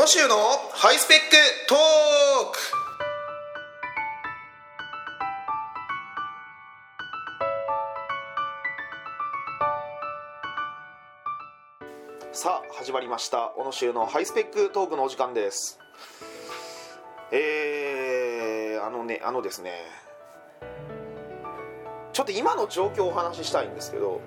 小野修のハイスペックトーク。さあ始まりました、小野修のハイスペックトークのお時間です。ですね、ちょっと今の状況をお話ししたいんですけど、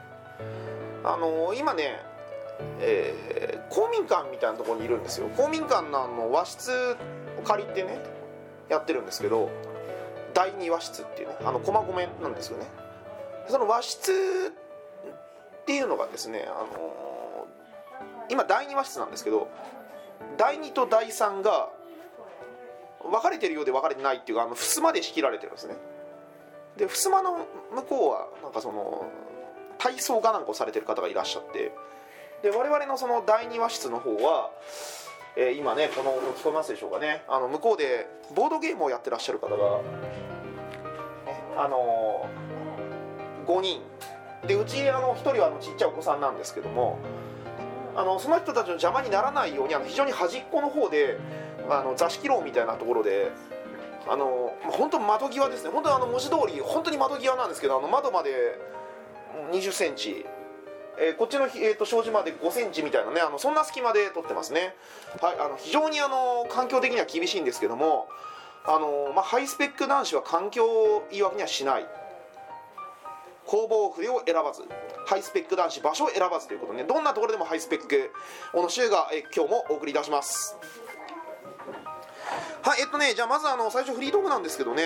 今ね、公民館みたいなところにいるんですよ。公民館の和室を借りてねやってるんですけど、第二和室っていうね、駒込なんですよね。その和室っていうのがですね、今第二和室なんですけど、第2と第3が分かれてるようで分かれてないっていうか、襖で仕切られてるんですね。で襖の向こうはなんかその体操かなんかをされてる方がいらっしゃって、で我々のその第2和室の方は、今ね、この聞こえますでしょうかね、向こうでボードゲームをやってらっしゃる方が、5人で、うち1人はちっちゃいお子さんなんですけども、その人たちの邪魔にならないように非常に端っこの方で座敷牢みたいなところで、本当窓際ですね。本当文字通り本当に窓際なんですけど、窓まで20センチ、こっちの、障子まで5センチみたいなね、そんな隙間で撮ってますね。はい、非常に環境的には厳しいんですけども、ハイスペック男子は環境を言い訳にはしない。工房筆を選ばず、ハイスペック男子場所を選ばずということで、ね、どんなところでもハイスペック、小野修が今日もお送りいたします。はい、じゃあまず最初フリートークなんですけどね、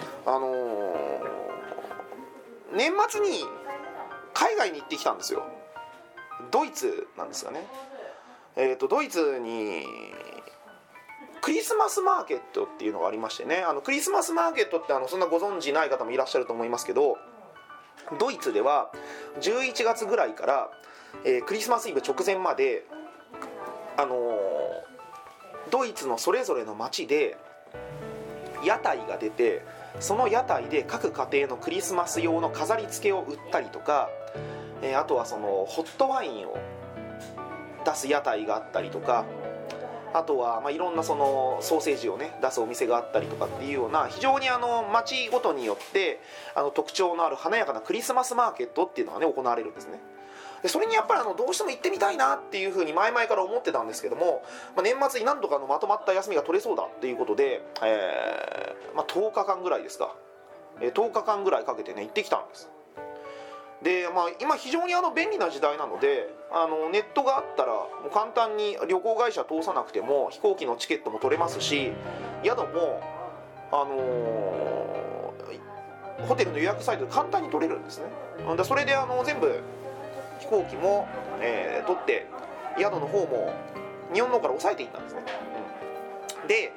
年末に海外に行ってきたんですよ。ドイツなんですがね、ドイツにクリスマスマーケットっていうのがありましてね、クリスマスマーケットってそんなご存知ない方もいらっしゃると思いますけど、ドイツでは11月ぐらいから、クリスマスイブ直前まで、ドイツのそれぞれの町で屋台が出て、その屋台で各家庭のクリスマス用の飾り付けを売ったりとか、あとはそのホットワインを出す屋台があったりとか、あとはいろんなそのソーセージをね出すお店があったりとかっていうような、非常に町ごとによって特徴のある華やかなクリスマスマーケットっていうのがね行われるんですね。でそれにやっぱりどうしても行ってみたいなっていうふうに前々から思ってたんですけども、年末に何とかまとまった休みが取れそうだっていうことで、10日間ぐらいですか、10日間ぐらいかけてね行ってきたんです。で、今非常に便利な時代なので、ネットがあったらもう簡単に旅行会社通さなくても飛行機のチケットも取れますし、宿もホテルの予約サイトで簡単に取れるんですね。でそれで全部飛行機も、取って宿の方も日本の方から抑えていったんですね。で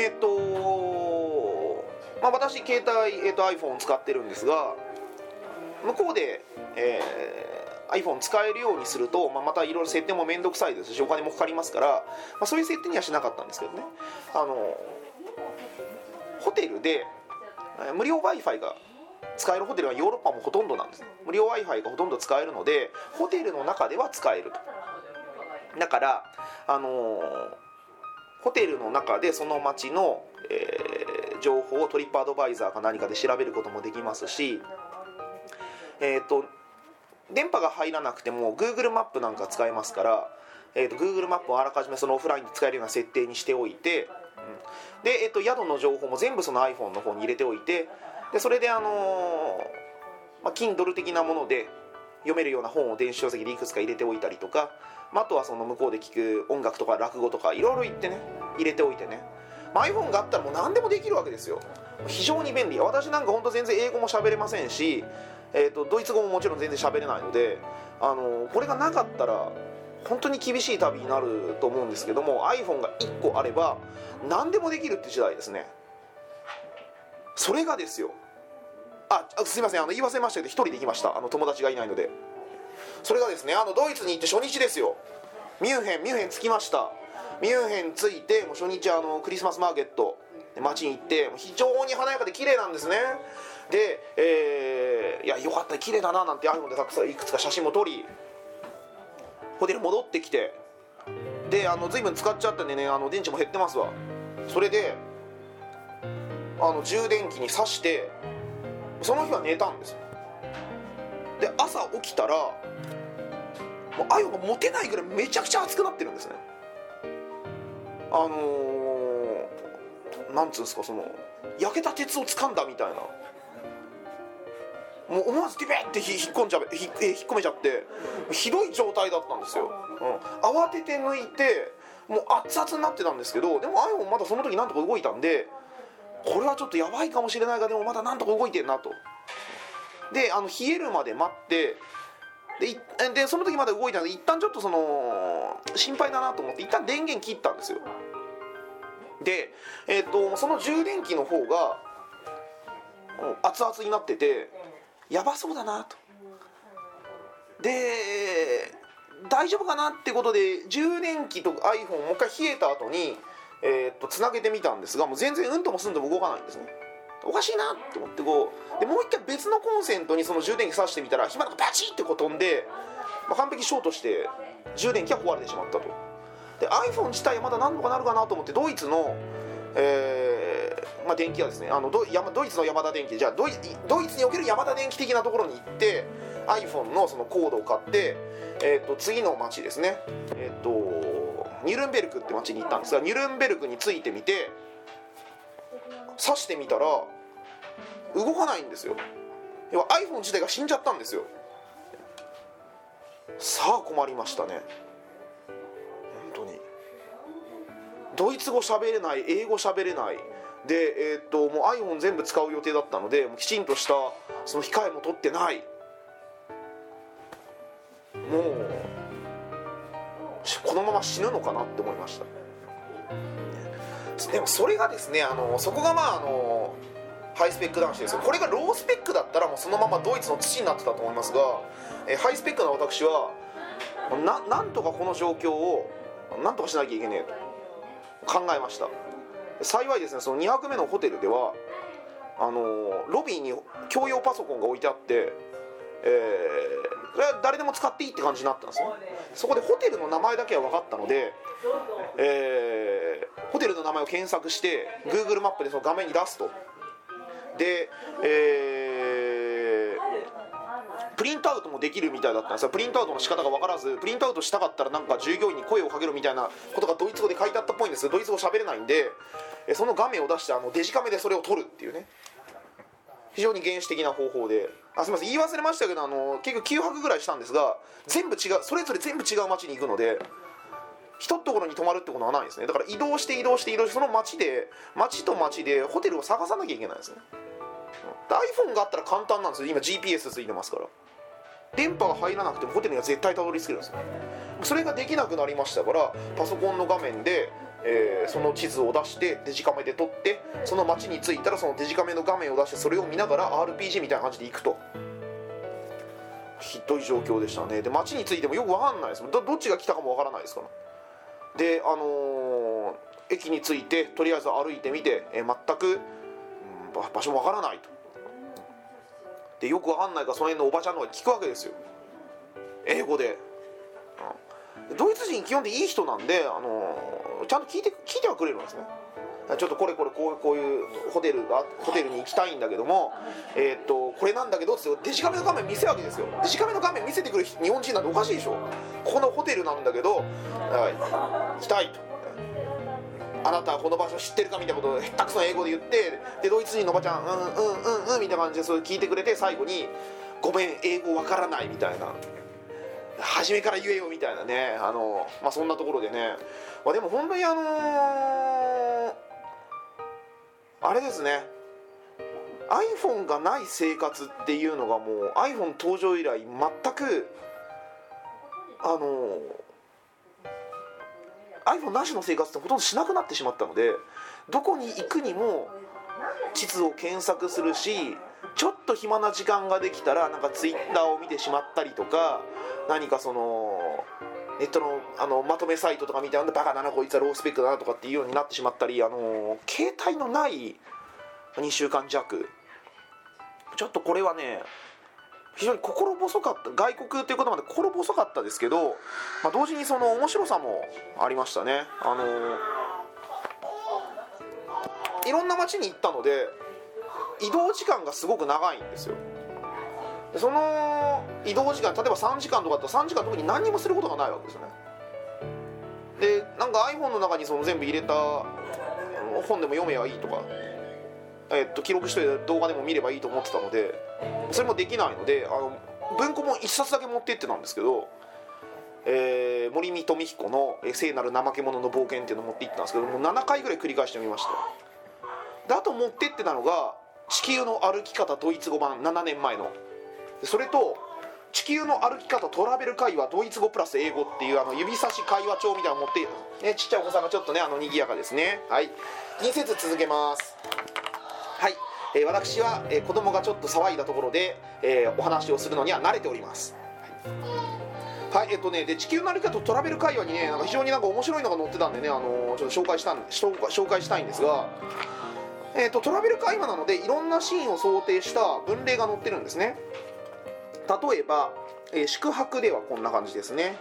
私携帯、iPhone 使ってるんですが、向こうで、iPhone 使えるようにすると、またいろいろ設定もめんどくさいですしお金もかかりますから、そういう設定にはしなかったんですけどね、ホテルで無料 Wi-Fi が使えるホテルはヨーロッパもほとんどなんです。無料 Wi-Fi がほとんど使えるので、ホテルの中では使えると。だからホテルの中でその街の、情報をトリップアドバイザーか何かで調べることもできますし、電波が入らなくても Google マップなんか使えますから、Google マップをあらかじめそのオフラインで使えるような設定にしておいて、で、宿の情報も全部その iPhone の方に入れておいて、でそれでKindle 的なもので読めるような本を電子書籍でいくつか入れておいたりとか、あとはその向こうで聞く音楽とか落語とかいろいろ言ってね入れておいてね、iPhone があったらもう何でもできるわけですよ。非常に便利。私なんか本当全然英語も喋れませんし、ドイツ語ももちろん全然喋れないので、これがなかったら本当に厳しい旅になると思うんですけども、 iPhone が1個あれば何でもできるって時代ですね。それがですよ、すいません、言い忘れましたけど一人で行きました。友達がいないので。それがですね、ドイツに行って初日ですよ。ミュンヘン着きました。ミュンヘン着いてもう初日クリスマスマーケット街に行って、非常に華やかで綺麗なんですね。で、いやよかった綺麗だななんて iPhone でたくさんいくつか写真も撮り、ホテル戻ってきて、 で随分使っちゃったんでね電池も減ってますわ。それで充電器に挿してその日は寝たんですよ。で朝起きたらもう iPhone が持てないぐらいめちゃくちゃ熱くなってるんですね。なんつうんですか、その焼けた鉄を掴んだみたいな、もう思わずディベって引っ込めちゃってひどい状態だったんですよ、慌てて抜いてもう熱々になってたんですけど、でも iPhone まだその時なんとか動いたんで、これはちょっとやばいかもしれないがでもまだなんとか動いてんなと。で冷えるまで待ってでその時まだ動いたので一旦ちょっとその心配だなと思って一旦電源切ったんですよ。でその充電器の方が熱々になっててやばそうだなと。で大丈夫かなってことで充電器と iPhone もう一回冷えた後につなげてみたんですが、もう全然うんともすんとも動かないんですね。おかしいなと思ってでもう一回別のコンセントにその充電器挿してみたら火花がバチッて飛んで、完璧ショートして充電器は壊れてしまったと。で iPhone 自体はまだ何とかなるかなと思ってドイツの電気屋ですね、ドイツのヤマダ電機、じゃあドイツにおけるヤマダ電機的なところに行って iPhone のそのコードを買って、次の町ですね、ニュルンベルクって町に行ったんですが、ニュルンベルクに着いてみて挿してみたら動かないんですよ。要は iPhone 自体が死んじゃったんですよ。さあ困りましたね。本当にドイツ語喋れない、英語喋れないで、もう iPhone 全部使う予定だったのでもうきちんとしたその控えも取ってない、もうこのまま死ぬのかなって思いました。でもそれがですねそこがハイスペック男子ですよ。これがロースペックだったらもうそのままドイツの土になってたと思いますが、ハイスペックな私はなんとかこの状況をなんとかしなきゃいけねえと考えました。幸いですね、その2泊目のホテルではロビーに共用パソコンが置いてあって、それは誰でも使っていいって感じになったんですね。そこでホテルの名前だけは分かったので、ホテルの名前を検索して Google マップでその画面に出すと。で、プリントアウトもできるみたいだったんですよ。プリントアウトの仕方が分からず、プリントアウトしたかったらなんか従業員に声をかけるみたいなことがドイツ語で書いてあったっぽいんですけど、ドイツ語喋れないんでその画面を出してデジカメでそれを撮るっていうね、非常に原始的な方法で、すみません言い忘れましたけど結局9泊ぐらいしたんですが、全部違う、それぞれ全部違う街に行くので一ところに泊まるってことはないですね。だから移動してその街と街でホテルを探さなきゃいけないですね。iPhone があったら簡単なんですよ。今 GPS ついてますから電波が入らなくてもホテルには絶対たどり着けるんですよ。それができなくなりましたからパソコンの画面で、その地図を出してデジカメで撮って、その街に着いたらそのデジカメの画面を出してそれを見ながら RPG みたいな感じで行くと。ひどい状況でしたね。で街に着いてもよく分かんないです。どっちが来たかも分からないですから。で駅に着いてとりあえず歩いてみて、全く、場所も分からないと。でよく分かんないからその辺のおばちゃんの方に聞くわけですよ、英語で。ドイツ人基本でいい人なんでちゃんと聞いてはくれるんですね。ちょっとこういうホテルに行きたいんだけども、これなんだけどってデジカメの画面見せるわけですよ。デジカメの画面見せてくる日本人なんておかしいでしょ。ここのホテルなんだけど、行きたいと。あなたはこの場所知ってるかみたいなことをたくさん英語で言って、でドイツ人のおばちゃんみたいな感じでそれ聞いてくれて、最後にごめん英語わからないみたいな、初めから言えよみたいなね、そんなところでね、でも本当にあれですね、 iPhone がない生活っていうのがもう iPhone 登場以来全くiPhone なしの生活ってほとんどしなくなってしまったので、どこに行くにも地図を検索するし、ちょっと暇な時間ができたらなんか Twitter を見てしまったりとか、何かそのネットのまとめサイトとか見て、バカだなこいつはロースペックだなとかっていうようになってしまったり、携帯のない2週間弱、ちょっとこれはね非常に心細かった、外国ということまで心細かったですけど、同時にその面白さもありましたね。いろんな街に行ったので移動時間がすごく長いんですよ。その移動時間、例えば3時間とかだったら3時間特に何にもすることがないわけですよね。でなんか iPhone の中にその全部入れた本でも読めばいいとか、記録して動画でも見ればいいと思ってたので、それもできないので文庫本1冊だけ持ってってたんですけど、森見富彦の聖なる怠け者の冒険っていうのを持って行ったんですけども、7回ぐらい繰り返してみました。であと持ってってたのが地球の歩き方ドイツ語版、7年前の、それと地球の歩き方トラベル会話ドイツ語プラス英語っていう指差し会話帳みたいなのを持っている、ね、ちっちゃいお子さんがちょっとね賑やかですね。はい、近接続けます。はい、私は、子供がちょっと騒いだところで、お話をするのには慣れております。はい、で地球の歩き方とトラベル会話にね、なんか非常になんか面白いのが載ってたんでね、ちょっと紹介したいんですが、トラベル会話なのでいろんなシーンを想定した文例が載ってるんですね。例えば、宿泊ではこんな感じですね。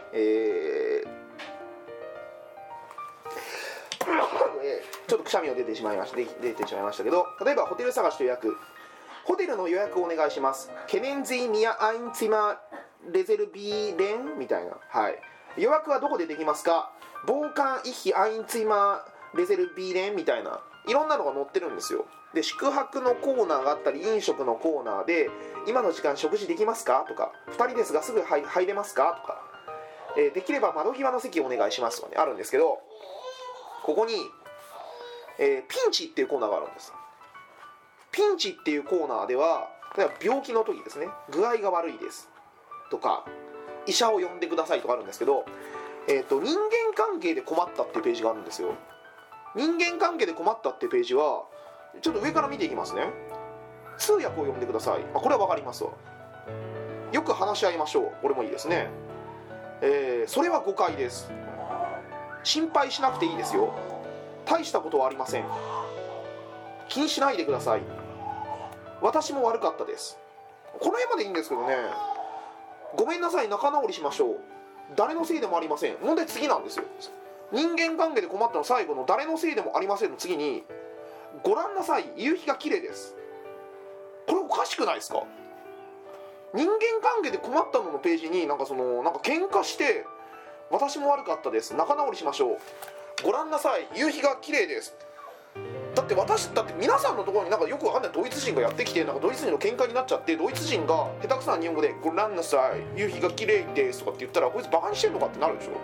ちょっとくしゃみを出てしまいましたけど、例えばホテル探しと予約、ホテルの予約をお願いします。ケネンズイミアアインツィマレゼルビーレンみたいな、はい、予約はどこでできますか、ボーカンイヒアインツィマレゼルビーレンみたいな、いろんなのが載ってるんですよ。で宿泊のコーナーがあったり飲食のコーナーで今の時間食事できますかとか、2人ですがすぐ入れますかとか、できれば窓際の席をお願いしますとかね、あるんですけど、ここに、ピンチっていうコーナーがあるんです。ピンチっていうコーナーでは例えば病気の時ですね、具合が悪いですとか医者を呼んでくださいとかあるんですけど、人間関係で困ったっていうページがあるんですよ。人間関係で困ったっていうページはちょっと上から見ていきますね。通訳を呼んでください、これは分かりますわ。よく話し合いましょう、これもいいですね。それは誤解です。心配しなくていいですよ、大したことはありません、気にしないでください、私も悪かったです。この辺までいいんですけどね、ごめんなさい、仲直りしましょう、誰のせいでもありません。問題次なんですよ。人間関係で困ったの最後の誰のせいでもありませんの次に、ご覧なさい、夕日が綺麗です。これおかしくないですか。人間関係で困ったののページになんか喧嘩して私も悪かったです、仲直りしましょう、ご覧なさい、夕日が綺麗です。だって皆さんのところになんかよくわかんないドイツ人がやってきて、なんかドイツ人の喧嘩になっちゃって、ドイツ人が下手くそな日本語でご覧なさい、夕日が綺麗ですとかって言ったら、こいつバカにしてんのかってなるでしょ。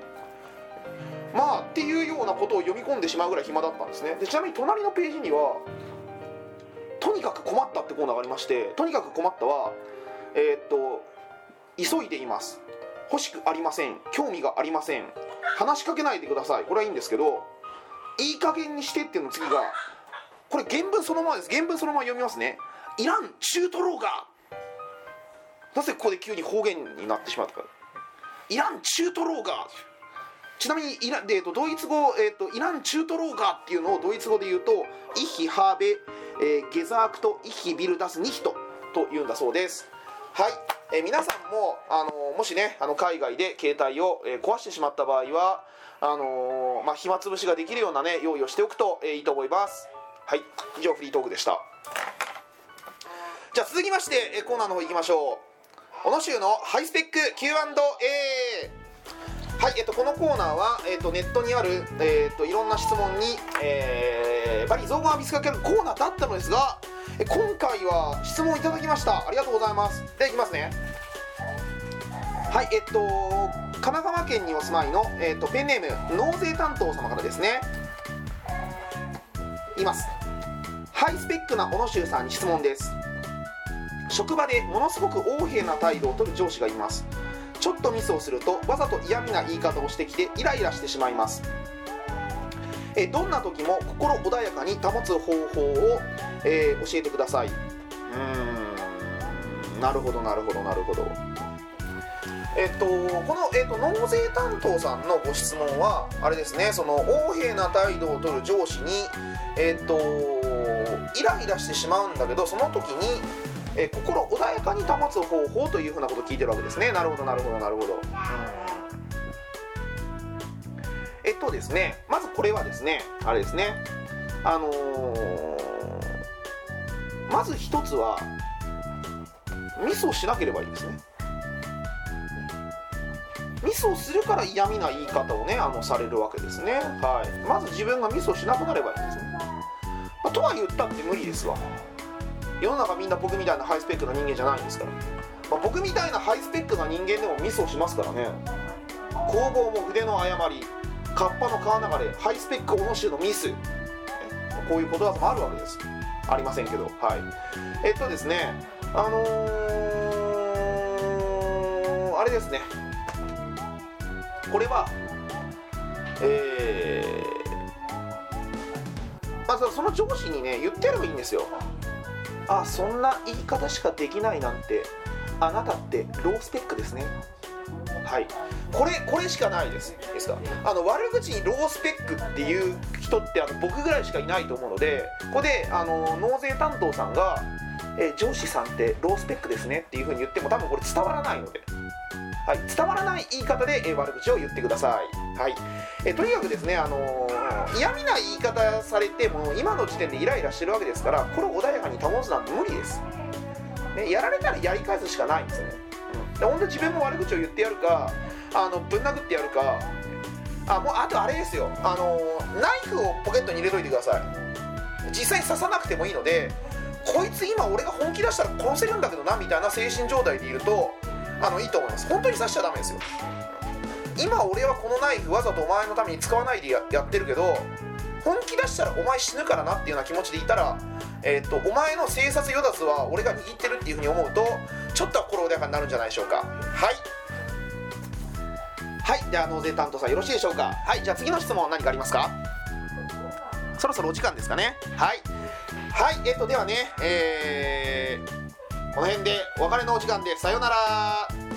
っていうようなことを読み込んでしまうぐらい暇だったんですね。でちなみに隣のページにはとにかく困ったってコーナーがありまして、とにかく困ったは急いでいます、欲しくありません、興味がありません、話しかけないでください、これはいいんですけど、いい加減にしてっていうの次が、これ原文そのままです。原文そのまま読みますね。いらん中トローが、なぜここで急に方言になってしまったか。いらん中トローが、ちなみにドイツ語、イラン中トローガーっていうのをドイツ語で言うとイヒハーベ、ゲザークトイヒビルダスニヒトというんだそうです。はい、皆さんももしね海外で携帯を、壊してしまった場合は暇つぶしができるようなね用意をしておくと、いいと思います。はい、以上フリートークでした。じゃあ続きまして、コーナーの方行きましょう。小野州のハイスペック Q&A。はい、このコーナーは、ネットにある、いろんな質問に、バリ造語が見つかけるコーナーだったのですが、今回は質問いただきました。ありがとうございます。ではいきますね。はい、神奈川県にお住まいの、ペンネーム納税担当様からですね。います。ハイスペックな小野州さんに質問です。職場でものすごく横柄な態度を取る上司がいます。ちょっとミスをするとわざと嫌味な言い方をしてきてイライラしてしまいます。どんな時も心穏やかに保つ方法を、教えてください。なるほど。この、納税担当さんのご質問はあれですね、その横柄な態度を取る上司にイライラしてしまうんだけど、その時に心穏やかに保つ方法というふうなことを聞いてるわけですね。なるほどなるほどなるほど。ですね、まずこれはですね、あれですね、まず一つはミスをしなければいいですね。ミスをするから嫌味な言い方をねされるわけですね。はい、まず自分がミスをしなくなればいいんですね。とは言ったって無理ですわ。世の中みんな僕みたいなハイスペックな人間じゃないんですから、僕みたいなハイスペックな人間でもミスをしますからね。攻防も筆の誤り、カッパの川流れ、ハイスペックオノシュのミス、こういうことわざもあるわけです。ありませんけど、はい。ですね、あれですね、これはまずその上司にね言ってやればいいんですよ。あ、そんな言い方しかできないなんて、あなたってロースペックですね。はい、これしかないですか。悪口にロースペックっていう人って僕ぐらいしかいないと思うので、ここで納税担当さんが、上司さんってロースペックですねっていう風に言っても多分これ伝わらないので、はい、伝わらない言い方で、悪口を言ってください。はい、とにかくですね、嫌味な言い方されても今の時点でイライラしてるわけですから、これを穏やかに保つなんて無理です、ね。やられたらやり返すしかないんですよね。本当に自分も悪口を言ってやるか、ぶん殴ってやるか、もうあとあれですよ、ナイフをポケットに入れといてください。実際に刺さなくてもいいので、こいつ今俺が本気出したら殺せるんだけどなみたいな精神状態でいるといいと思います。本当に刺しちゃダメですよ。今俺はこのナイフわざとお前のために使わないで やってるけど、本気出したらお前死ぬからなっていうような気持ちでいたら、お前の生殺与奪は俺が握ってるっていうふうに思うと、ちょっとは心穏やかになるんじゃないでしょうか。はい、では納税担当さんよろしいでしょうか。はい、じゃあ次の質問何かありますか。そろそろお時間ですかね。はい、ではね、この辺でお別れのお時間です。さようなら。